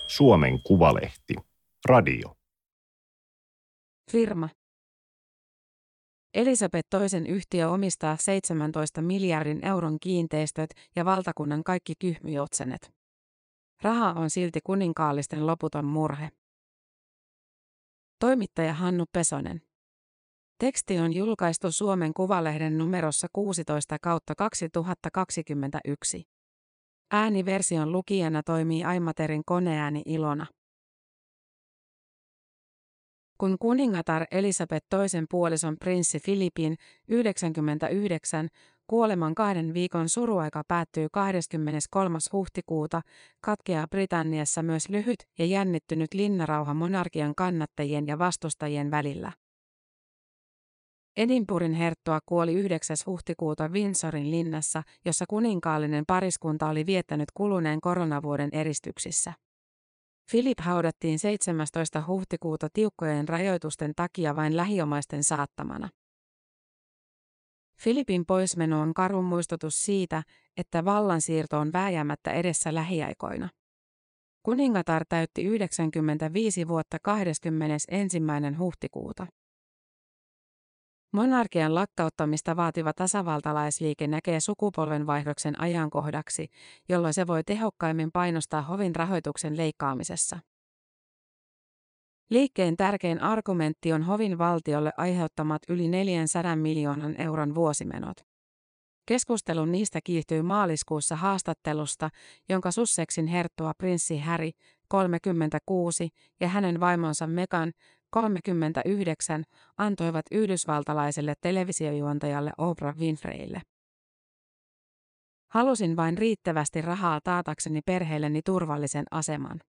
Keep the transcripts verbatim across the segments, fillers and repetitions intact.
Suomen Kuvalehti. Radio. Firma. Elisabeth toisen yhtiö omistaa seitsemäntoista miljardin euron kiinteistöt ja valtakunnan kaikki kyhmyjoutsenet. Raha on silti kuninkaallisten loputon murhe. Toimittaja Hannu Pesonen. Teksti on julkaistu Suomen Kuvalehden numerossa kuusitoista kautta kaksituhattakaksikymmentäyksi. Ääniversion lukijana toimii Aimaterin koneääni Ilona. Kun kuningatar Elisabeth toisen puolison prinssi Philippin yhdeksänkymmentäyhdeksän kuoleman kahden viikon suruaika päättyy kahdeskymmeneskolmas huhtikuuta, katkeaa Britanniassa myös lyhyt ja jännittynyt linnarauha monarkian kannattajien ja vastustajien välillä. Edinburghin herttua kuoli yhdeksäs huhtikuuta Windsorin linnassa, jossa kuninkaallinen pariskunta oli viettänyt kuluneen koronavuoden eristyksissä. Philip haudattiin seitsemästoista huhtikuuta tiukkojen rajoitusten takia vain lähiomaisten saattamana. Philipin poismeno on karu muistutus siitä, että vallansiirto on vääjäämättä edessä lähiaikoina. Kuningatar täytti yhdeksänkymmentäviisi vuotta kahdeskymmenesensimmäinen huhtikuuta. Monarkian lakkauttamista vaativa tasavaltalaisliike näkee sukupolvenvaihdoksen ajankohdaksi, jolloin se voi tehokkaimmin painostaa hovin rahoituksen leikkaamisessa. Liikkeen tärkein argumentti on hovin valtiolle aiheuttamat yli neljänsadan miljoonan euron vuosimenot. Keskustelu niistä kiihtyy maaliskuussa haastattelusta, jonka Sussexin herttua prinssi Harry, kolmekymmentäkuusi, ja hänen vaimonsa Meghan, kolmekymmentäyhdeksän, antoivat yhdysvaltalaiselle televisiojuontajalle Oprah Winfreylle. Halusin vain riittävästi rahaa taatakseni perheelleni turvallisen aseman.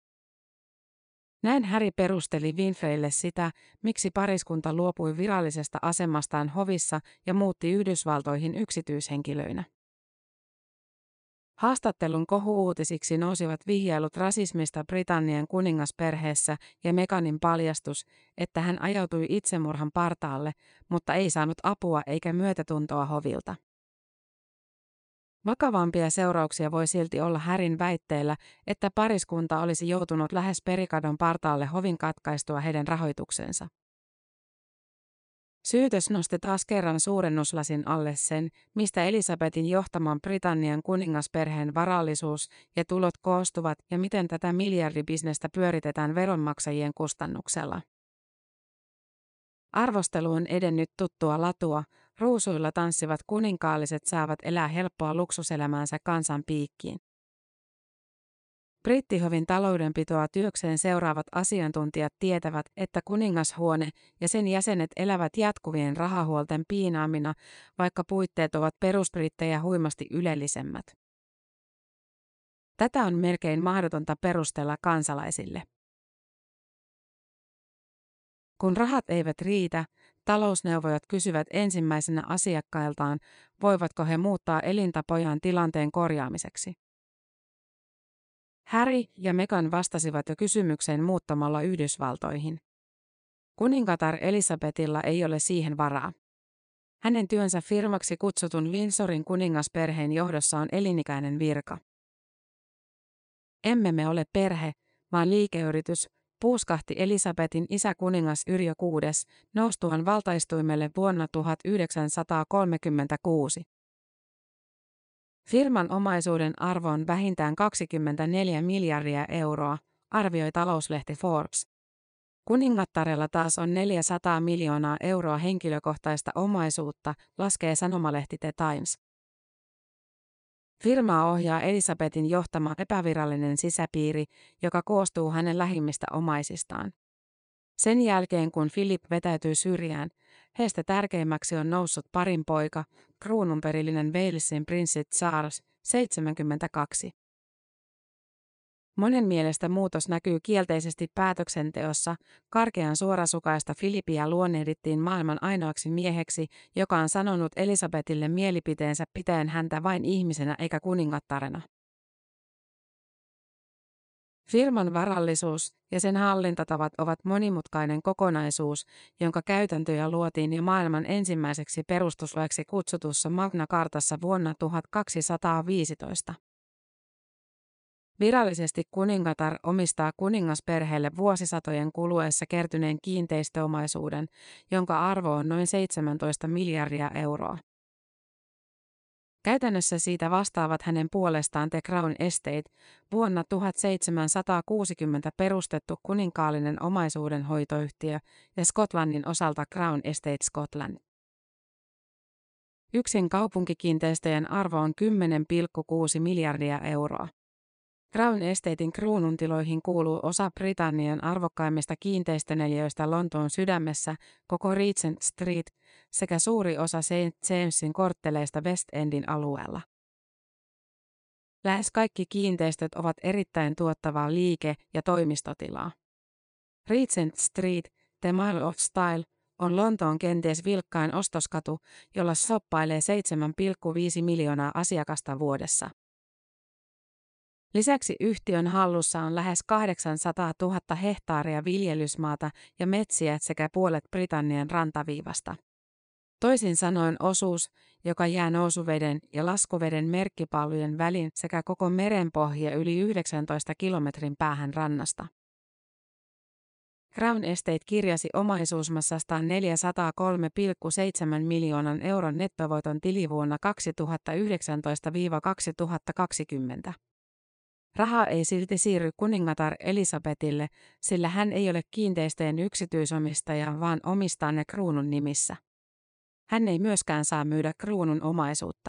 Näin Harry perusteli Winfreylle sitä, miksi pariskunta luopui virallisesta asemastaan hovissa ja muutti Yhdysvaltoihin yksityishenkilöinä. Haastattelun kohu-uutisiksi nousivat vihjailut rasismista Britannian kuningasperheessä ja Meghanin paljastus, että hän ajautui itsemurhan partaalle, mutta ei saanut apua eikä myötätuntoa hovilta. Vakavampia seurauksia voi silti olla Harryn väitteellä, että pariskunta olisi joutunut lähes perikadon partaalle hovin katkaistua heidän rahoituksensa. Syytös nosti taas kerran suurennuslasin alle sen, mistä Elisabetin johtaman Britannian kuningasperheen varallisuus ja tulot koostuvat ja miten tätä miljardibisnestä pyöritetään veronmaksajien kustannuksella. Arvostelu on edennyt tuttua latua, ruusuilla tanssivat kuninkaalliset saavat elää helppoa luksuselämäänsä kansan piikkiin. Brittihovin taloudenpitoa työkseen seuraavat asiantuntijat tietävät, että kuningashuone ja sen jäsenet elävät jatkuvien rahahuolten piinaamina, vaikka puitteet ovat perusbrittejä huimasti ylellisemmät. Tätä on melkein mahdotonta perustella kansalaisille. Kun rahat eivät riitä, talousneuvojat kysyvät ensimmäisenä asiakkailtaan, voivatko he muuttaa elintapojaan tilanteen korjaamiseksi. Harry ja Meghan vastasivat jo kysymykseen muuttamalla Yhdysvaltoihin. Kuningatar Elisabethilla ei ole siihen varaa. Hänen työnsä firmaksi kutsutun Windsorin kuningasperheen johdossa on elinikäinen virka. Emme me ole perhe, vaan liikeyritys, puuskahti Elisabetin isä kuningas Yrjö kuudes noustuaan valtaistuimelle vuonna tuhatyhdeksänsataakolmekymmentäkuusi. Firman omaisuuden arvo on vähintään kaksikymmentäneljä miljardia euroa, arvioi talouslehti Forbes. Kuningattarella taas on neljäsataa miljoonaa euroa henkilökohtaista omaisuutta, laskee sanomalehti The Times. Firmaa ohjaa Elisabetin johtama epävirallinen sisäpiiri, joka koostuu hänen lähimmistä omaisistaan. Sen jälkeen kun Philip vetäytyy syrjään, heistä tärkeimmäksi on noussut parin poika, kruununperillinen Walesin prinssi Charles, seitsemänkymmentäkaksi. Monen mielestä muutos näkyy kielteisesti päätöksenteossa. Karkean suorasukaista Philippiä luonnehdittiin maailman ainoaksi mieheksi, joka on sanonut Elisabetille mielipiteensä pitäen häntä vain ihmisenä eikä kuningattarena. Firman varallisuus ja sen hallintatavat ovat monimutkainen kokonaisuus, jonka käytäntöjä luotiin jo maailman ensimmäiseksi perustuslaiksi kutsutussa Magna Cartassa vuonna tuhatkaksisataaviisitoista. Virallisesti kuningatar omistaa kuningasperheelle vuosisatojen kuluessa kertyneen kiinteistöomaisuuden, jonka arvo on noin seitsemäntoista miljardia euroa. Käytännössä siitä vastaavat hänen puolestaan The Crown Estate, vuonna tuhatseitsemänsataakuusikymmentä perustettu kuninkaallinen omaisuudenhoitoyhtiö ja Skotlannin osalta Crown Estate Scotland. Yksin kaupunkikiinteistöjen arvo on kymmenen pilkku kuusi miljardia euroa. Crown Estatein kruununtiloihin kuuluu osa Britannian arvokkaimmista kiinteistöneliöistä Lontoon sydämessä, koko Regent Street, sekä suuri osa Saint Jamesin kortteleista West Endin alueella. Lähes kaikki kiinteistöt ovat erittäin tuottavaa liike- ja toimistotilaa. Regent Street, The Mile of Style, on Lontoon kenties vilkkain ostoskatu, jolla shoppailee seitsemän pilkku viisi miljoonaa asiakasta vuodessa. Lisäksi yhtiön hallussa on lähes kahdeksansataatuhatta hehtaaria viljelysmaata ja metsiä sekä puolet Britannian rantaviivasta. Toisin sanoen osuus, joka jää nousuveden ja laskuveden merkkipaalujen väliin sekä koko merenpohja yli yhdeksäntoista kilometrin päähän rannasta. Crown Estate kirjasi omaisuusmassastaan neljäsataakolme pilkku seitsemän miljoonan euron nettovoiton tilivuonna kaksituhattayhdeksäntoista kaksituhattakaksikymmentä. Raha ei silti siirry kuningatar Elisabethille, sillä hän ei ole kiinteistöjen yksityisomistaja, vaan omistaa ne kruunun nimissä. Hän ei myöskään saa myydä kruunun omaisuutta.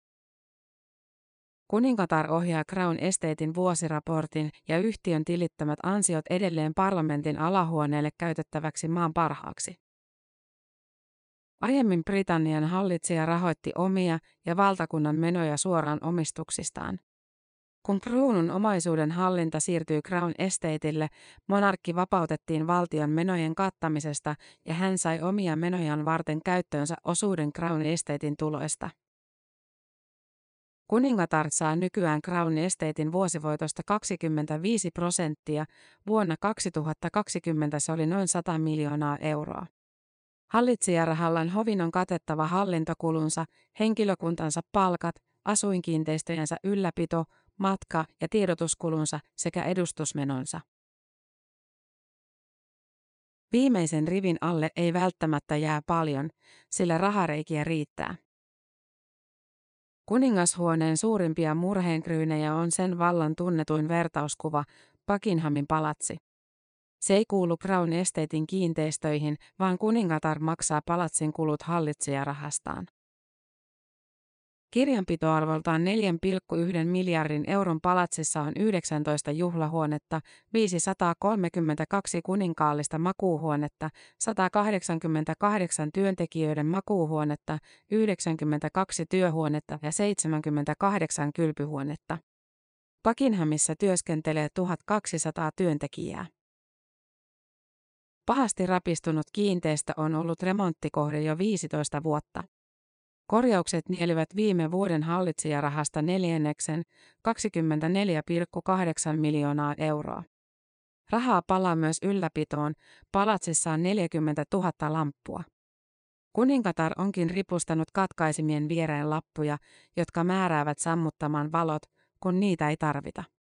Kuningatar ohjaa Crown Estatein vuosiraportin ja yhtiön tilittämät ansiot edelleen parlamentin alahuoneelle käytettäväksi maan parhaaksi. Aiemmin Britannian hallitsija rahoitti omia ja valtakunnan menoja suoraan omistuksistaan. Kun kruunun omaisuuden hallinta siirtyi Crown Estateille, monarkki vapautettiin valtion menojen kattamisesta ja hän sai omia menojaan varten käyttöönsä osuuden Crown Estatein tuloista. Kuningatar saa nykyään Crown Estatein vuosivoitosta kaksikymmentäviisi prosenttia, vuonna kaksituhattakaksikymmentä se oli noin sata miljoonaa euroa. Hallitsijarahallaan hovin on katettava hallintokulunsa, henkilökuntansa palkat, asuinkiinteistöjensä ylläpito, matka- ja tiedotuskulunsa sekä edustusmenonsa. Viimeisen rivin alle ei välttämättä jää paljon, sillä rahareikiä riittää. Kuningashuoneen suurimpia murheenkryynejä on sen vallan tunnetuin vertauskuva, Buckinghamin palatsi. Se ei kuulu Crown Estatein kiinteistöihin, vaan kuningatar maksaa palatsin kulut hallitsijarahastaan. Kirjanpitoarvoltaan neljä pilkku yksi miljardin euron palatsissa on yhdeksäntoista juhlahuonetta, viisisataakolmekymmentäkaksi kuninkaallista makuuhuonetta, sata kahdeksankymmentäkahdeksan työntekijöiden makuuhuonetta, yhdeksänkymmentäkaksi työhuonetta ja seitsemänkymmentäkahdeksan kylpyhuonetta. Buckinghamissa työskentelee tuhatkaksisataa työntekijää. Pahasti rapistunut kiinteistö on ollut remonttikohde jo viisitoista vuotta. Korjaukset nielivät viime vuoden hallitsijarahasta neljänneksen, kaksikymmentäneljä pilkku kahdeksan miljoonaa euroa. Rahaa palaa myös ylläpitoon, palatsissa on neljäkymmentätuhatta lamppua. Kuningatar onkin ripustanut katkaisimien viereen lappuja, jotka määräävät sammuttamaan valot, kun niitä ei tarvita.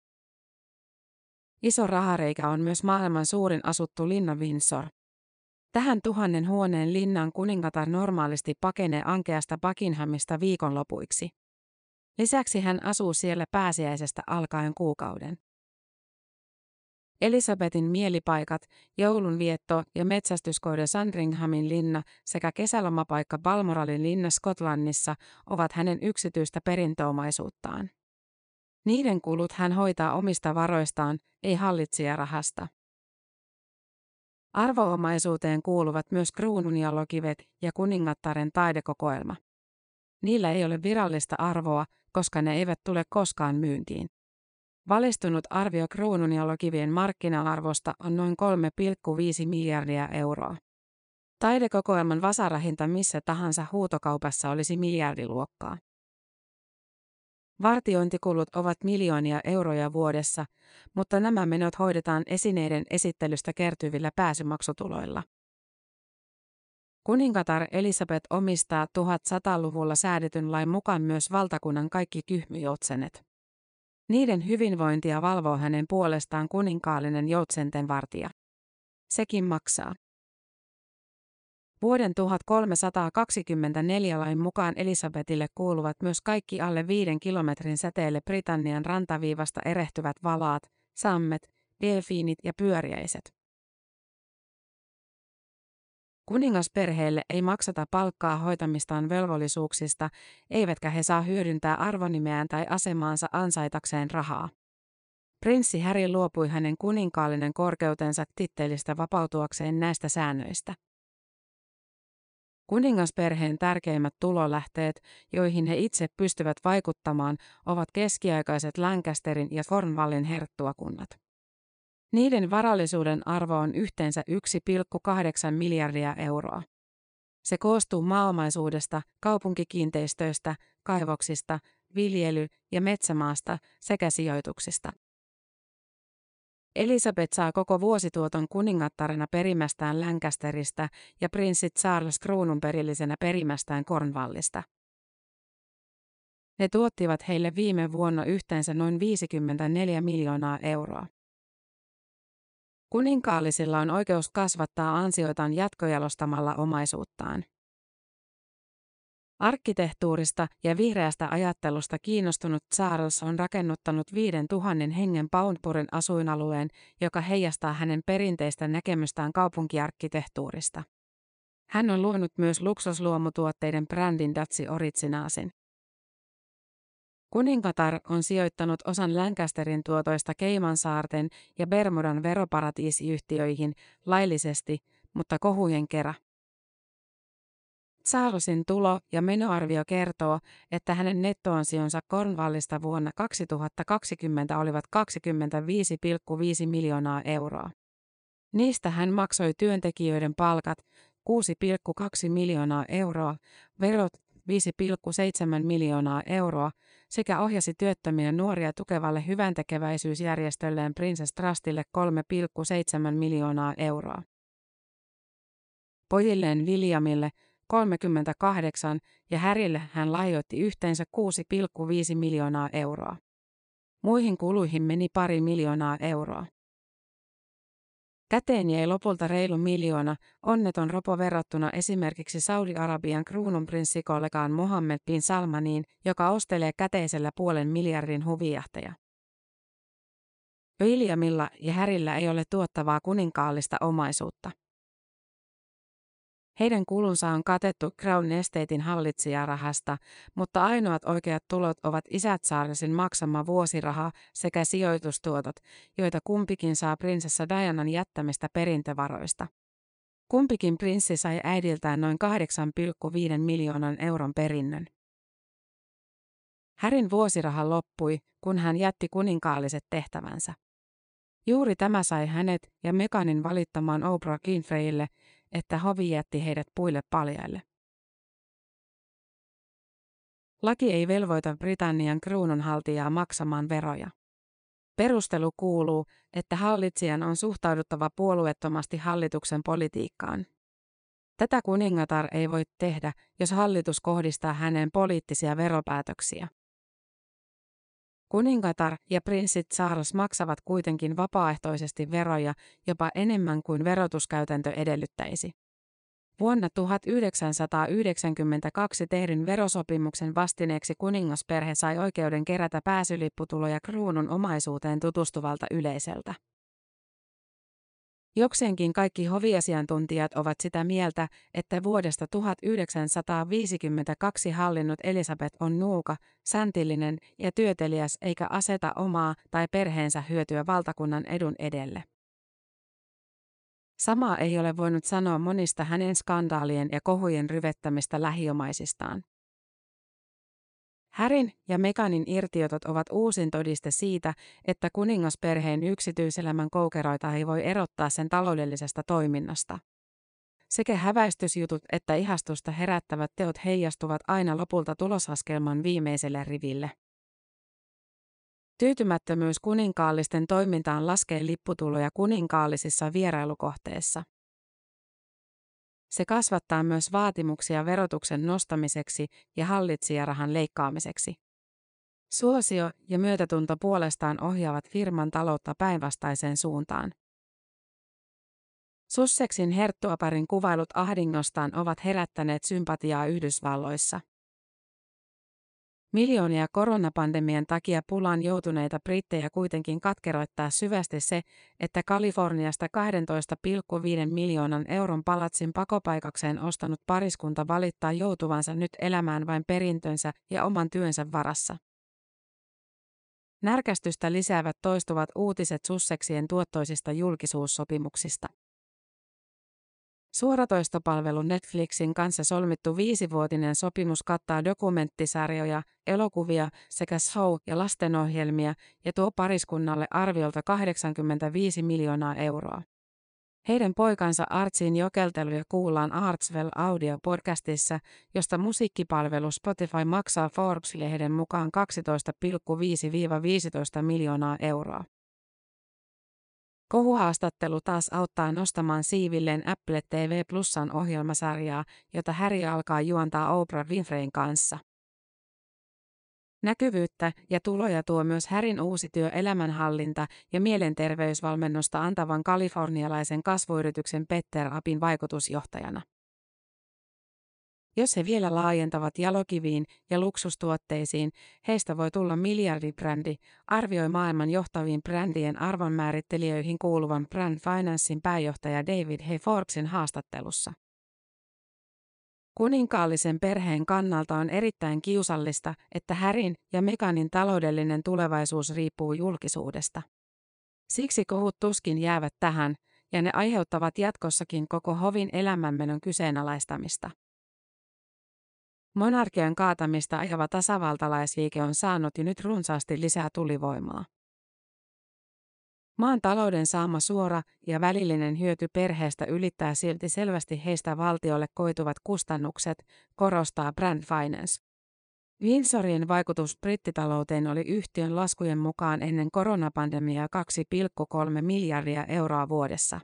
Iso rahareikä on myös maailman suurin asuttu linna Windsor. Tähän tuhannen huoneen linnaan kuningatar normaalisti pakenee ankeasta Buckinghamista viikonlopuiksi. Lisäksi hän asuu siellä pääsiäisestä alkaen kuukauden. Elisabetin mielipaikat, joulunvietto ja metsästyskohde Sandringhamin linna sekä kesälomapaikka Balmoralin linna Skotlannissa ovat hänen yksityistä perintöomaisuuttaan. Niiden kulut hän hoitaa omista varoistaan, ei hallitsijarahasta. Arvoomaisuuteen kuuluvat myös kruununjalokivet ja kuningattaren taidekokoelma. Niillä ei ole virallista arvoa, koska ne eivät tule koskaan myyntiin. Valistunut arvio kruununjalokivien markkina-arvosta on noin kolme pilkku viisi miljardia euroa. Taidekokoelman vasarahinta missä tahansa huutokaupassa olisi miljardiluokkaa. Vartiointikulut ovat miljoonia euroja vuodessa, mutta nämä menot hoidetaan esineiden esittelystä kertyvillä pääsymaksutuloilla. Kuningatar Elisabeth omistaa tuhatsataluvulla säädetyn lain mukaan myös valtakunnan kaikki kyhmyjoutsenet. Niiden hyvinvointia valvoo hänen puolestaan kuninkaallinen joutsentenvartija. Sekin maksaa. Vuoden tuhatkolmesataakaksikymmentäneljä lain mukaan Elisabetille kuuluvat myös kaikki alle viiden kilometrin säteelle Britannian rantaviivasta erehtyvät valaat, sammet, delfiinit ja pyöriäiset. Kuningasperheelle ei maksata palkkaa hoitamistaan velvollisuuksista, eivätkä he saa hyödyntää arvonimeään tai asemaansa ansaitakseen rahaa. Prinssi Harry luopui hänen kuninkaallinen korkeutensa tittelistä vapautuakseen näistä säännöistä. Kuningasperheen tärkeimmät tulolähteet, joihin he itse pystyvät vaikuttamaan, ovat keskiaikaiset Lancasterin ja Cornwallin herttuakunnat. Niiden varallisuuden arvo on yhteensä yksi pilkku kahdeksan miljardia euroa. Se koostuu maaomaisuudesta, kaupunkikiinteistöistä, kaivoksista, viljely- ja metsämaasta sekä sijoituksista. Elisabeth saa koko vuosituoton kuningattarena perimästään Lancasterista ja prinssi Charles kruununperillisenä perimästään Cornwallista. Ne tuottivat heille viime vuonna yhteensä noin viisikymmentäneljä miljoonaa euroa. Kuninkaallisilla on oikeus kasvattaa ansioitaan jatkojalostamalla omaisuuttaan. Arkkitehtuurista ja vihreästä ajattelusta kiinnostunut Charles on rakennuttanut viiden tuhannen hengen Poundburin asuinalueen, joka heijastaa hänen perinteistä näkemystään kaupunkiarkkitehtuurista. Hän on luonut myös luksusluomutuotteiden brändin Daci Originasin. Kuningatar on sijoittanut osan Lancasterin tuotoista Caymansaarten ja Bermudan veroparatiisiyhtiöihin laillisesti, mutta kohujen kera. Charlesin tulo- ja menoarvio kertoo, että hänen nettoansionsa Cornwallista vuonna kaksituhattakaksikymmentä olivat kaksikymmentäviisi pilkku viisi miljoonaa euroa. Niistä hän maksoi työntekijöiden palkat kuusi pilkku kaksi miljoonaa euroa, verot viisi pilkku seitsemän miljoonaa euroa sekä ohjasi työttömiä nuoria tukevalle hyväntekeväisyysjärjestölleen Princess Trustille kolme pilkku seitsemän miljoonaa euroa. Pojilleen Williamille kolmekymmentäkahdeksan ja Harrylle hän lahjoitti yhteensä kuusi pilkku viisi miljoonaa euroa. Muihin kuluihin meni pari miljoonaa euroa. Käteen jäi lopulta reilu miljoona, onneton ropo verrattuna esimerkiksi Saudi-Arabian kruununprinssikollegaan Mohammed bin Salmaniin, joka ostelee käteisellä puolen miljardin huvijahteja. Williamilla ja Harryllä ei ole tuottavaa kuninkaallista omaisuutta. Heidän kulunsa on katettu Crown Estatein hallitsijarahasta, mutta ainoat oikeat tulot ovat isä Charlesin maksama vuosiraha sekä sijoitustuotot, joita kumpikin saa prinsessa Dianan jättämistä perintövaroista. Kumpikin prinssi sai äidiltään noin kahdeksan pilkku viisi miljoonan euron perinnön. Harryn vuosiraha loppui, kun hän jätti kuninkaalliset tehtävänsä. Juuri tämä sai hänet ja Meghanin valittamaan Oprah Winfreylle, että hovi jätti heidät puille paljaille. Laki ei velvoita Britannian kruununhaltijaa maksamaan veroja. Perustelu kuuluu, että hallitsijan on suhtauduttava puolueettomasti hallituksen politiikkaan. Tätä kuningatar ei voi tehdä, jos hallitus kohdistaa häneen poliittisia veropäätöksiä. Kuningatar ja prinssi Charles maksavat kuitenkin vapaaehtoisesti veroja jopa enemmän kuin verotuskäytäntö edellyttäisi. Vuonna tuhatyhdeksänsataayhdeksänkymmentäkaksi tehdyn verosopimuksen vastineeksi kuningasperhe sai oikeuden kerätä pääsylipputuloja kruunun omaisuuteen tutustuvalta yleiseltä. Jokseenkin kaikki hoviasiantuntijat ovat sitä mieltä, että vuodesta tuhatyhdeksänsataaviisikymmentäkaksi hallinnut Elisabeth on nuuka, säntillinen ja työteliäs eikä aseta omaa tai perheensä hyötyä valtakunnan edun edelle. Samaa ei ole voinut sanoa monista hänen skandaalien ja kohujen ryvettämistä lähiomaisistaan. Harryn ja Meghanin irtiotot ovat uusin todiste siitä, että kuningasperheen yksityiselämän koukeroita ei voi erottaa sen taloudellisesta toiminnasta. Sekä häväistysjutut että ihastusta herättävät teot heijastuvat aina lopulta tuloslaskelman viimeiselle riville. Tyytymättömyys kuninkaallisten toimintaan laskee lipputuloja kuninkaallisissa vierailukohteissa. Se kasvattaa myös vaatimuksia verotuksen nostamiseksi ja hallitsijarahan leikkaamiseksi. Suosio ja myötätunto puolestaan ohjaavat firman taloutta päinvastaiseen suuntaan. Sussexin herttuaparin kuvailut ahdingostaan ovat herättäneet sympatiaa Yhdysvalloissa. Miljoonia koronapandemian takia pulaan joutuneita brittejä kuitenkin katkeroittaa syvästi se, että Kaliforniasta kaksitoista pilkku viisi miljoonan euron palatsin pakopaikakseen ostanut pariskunta valittaa joutuvansa nyt elämään vain perintönsä ja oman työnsä varassa. Närkästystä lisäävät toistuvat uutiset Sussexien tuottoisista julkisuussopimuksista. Suoratoistopalvelu Netflixin kanssa solmittu viisivuotinen sopimus kattaa dokumenttisarjoja, elokuvia sekä show- ja lastenohjelmia ja tuo pariskunnalle arviolta kahdeksankymmentäviisi miljoonaa euroa. Heidän poikansa Artsin jokelteluja kuullaan Artswell Audio-podcastissa, josta musiikkipalvelu Spotify maksaa Forbes-lehden mukaan kaksitoista pilkku viisi viisitoista miljoonaa euroa. Kohuhaastattelu taas auttaa nostamaan siivilleen Apple T V Plusan ohjelmasarjaa, jota Harry alkaa juontaa Oprah Winfreyn kanssa. Näkyvyyttä ja tuloja tuo myös Harryn uusi työ elämänhallinta- ja mielenterveysvalmennusta antavan kalifornialaisen kasvuyrityksen Peter Appin vaikutusjohtajana. Jos he vielä laajentavat jalokiviin ja luksustuotteisiin, heistä voi tulla miljardibrändi, arvioi maailman johtaviin brändien arvonmäärittelijöihin kuuluvan Brand Financein pääjohtaja David Hay Forbesin haastattelussa. Kuninkaallisen perheen kannalta on erittäin kiusallista, että Harryn ja Meghanin taloudellinen tulevaisuus riippuu julkisuudesta. Siksi kohut tuskin jäävät tähän, ja ne aiheuttavat jatkossakin koko hovin elämänmenon kyseenalaistamista. Monarkian kaatamista ajava tasavaltalaisliike on saanut jo nyt runsaasti lisää tulivoimaa. Maan talouden saama suora ja välillinen hyöty perheestä ylittää silti selvästi heistä valtiolle koituvat kustannukset, korostaa Brand Finance. Windsorin vaikutus brittitalouteen oli yhtiön laskujen mukaan ennen koronapandemiaa kaksi pilkku kolme miljardia euroa vuodessa.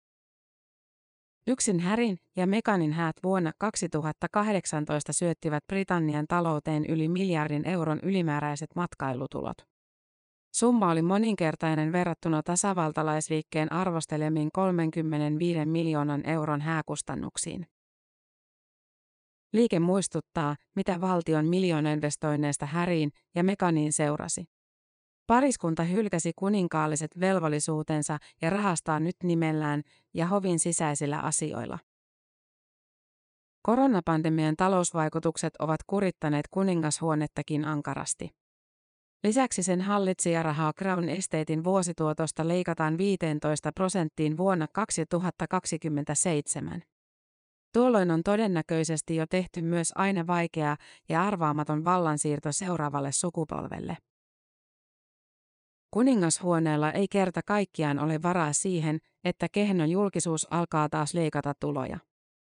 Yksin Harryn ja Meghanin häät vuonna kaksituhattakahdeksantoista syöttivät Britannian talouteen yli miljardin euron ylimääräiset matkailutulot. Summa oli moninkertainen verrattuna tasavaltalaisliikkeen arvostelemiin kolmekymmentäviisi miljoonan euron hääkustannuksiin. Liike muistuttaa, mitä valtion miljoonainvestoinneista Harryn ja Meghaniin seurasi. Pariskunta hylkäsi kuninkaalliset velvollisuutensa ja rahastaa nyt nimellään ja hovin sisäisillä asioilla. Koronapandemian talousvaikutukset ovat kurittaneet kuningashuonettakin ankarasti. Lisäksi sen hallitsijarahaa Crown Estatein vuosituotosta leikataan viisitoista prosenttiin vuonna kaksituhattakaksikymmentäseitsemän. Tuolloin on todennäköisesti jo tehty myös aina vaikea ja arvaamaton vallansiirto seuraavalle sukupolvelle. Kuningashuoneella ei kerta kaikkiaan ole varaa siihen, että kehno julkisuus alkaa taas leikata tuloja.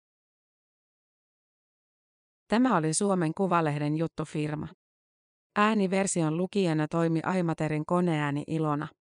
Tämä oli Suomen Kuvalehden juttufirma. Ääniversion lukijana toimi Aimaterin koneääni Ilona.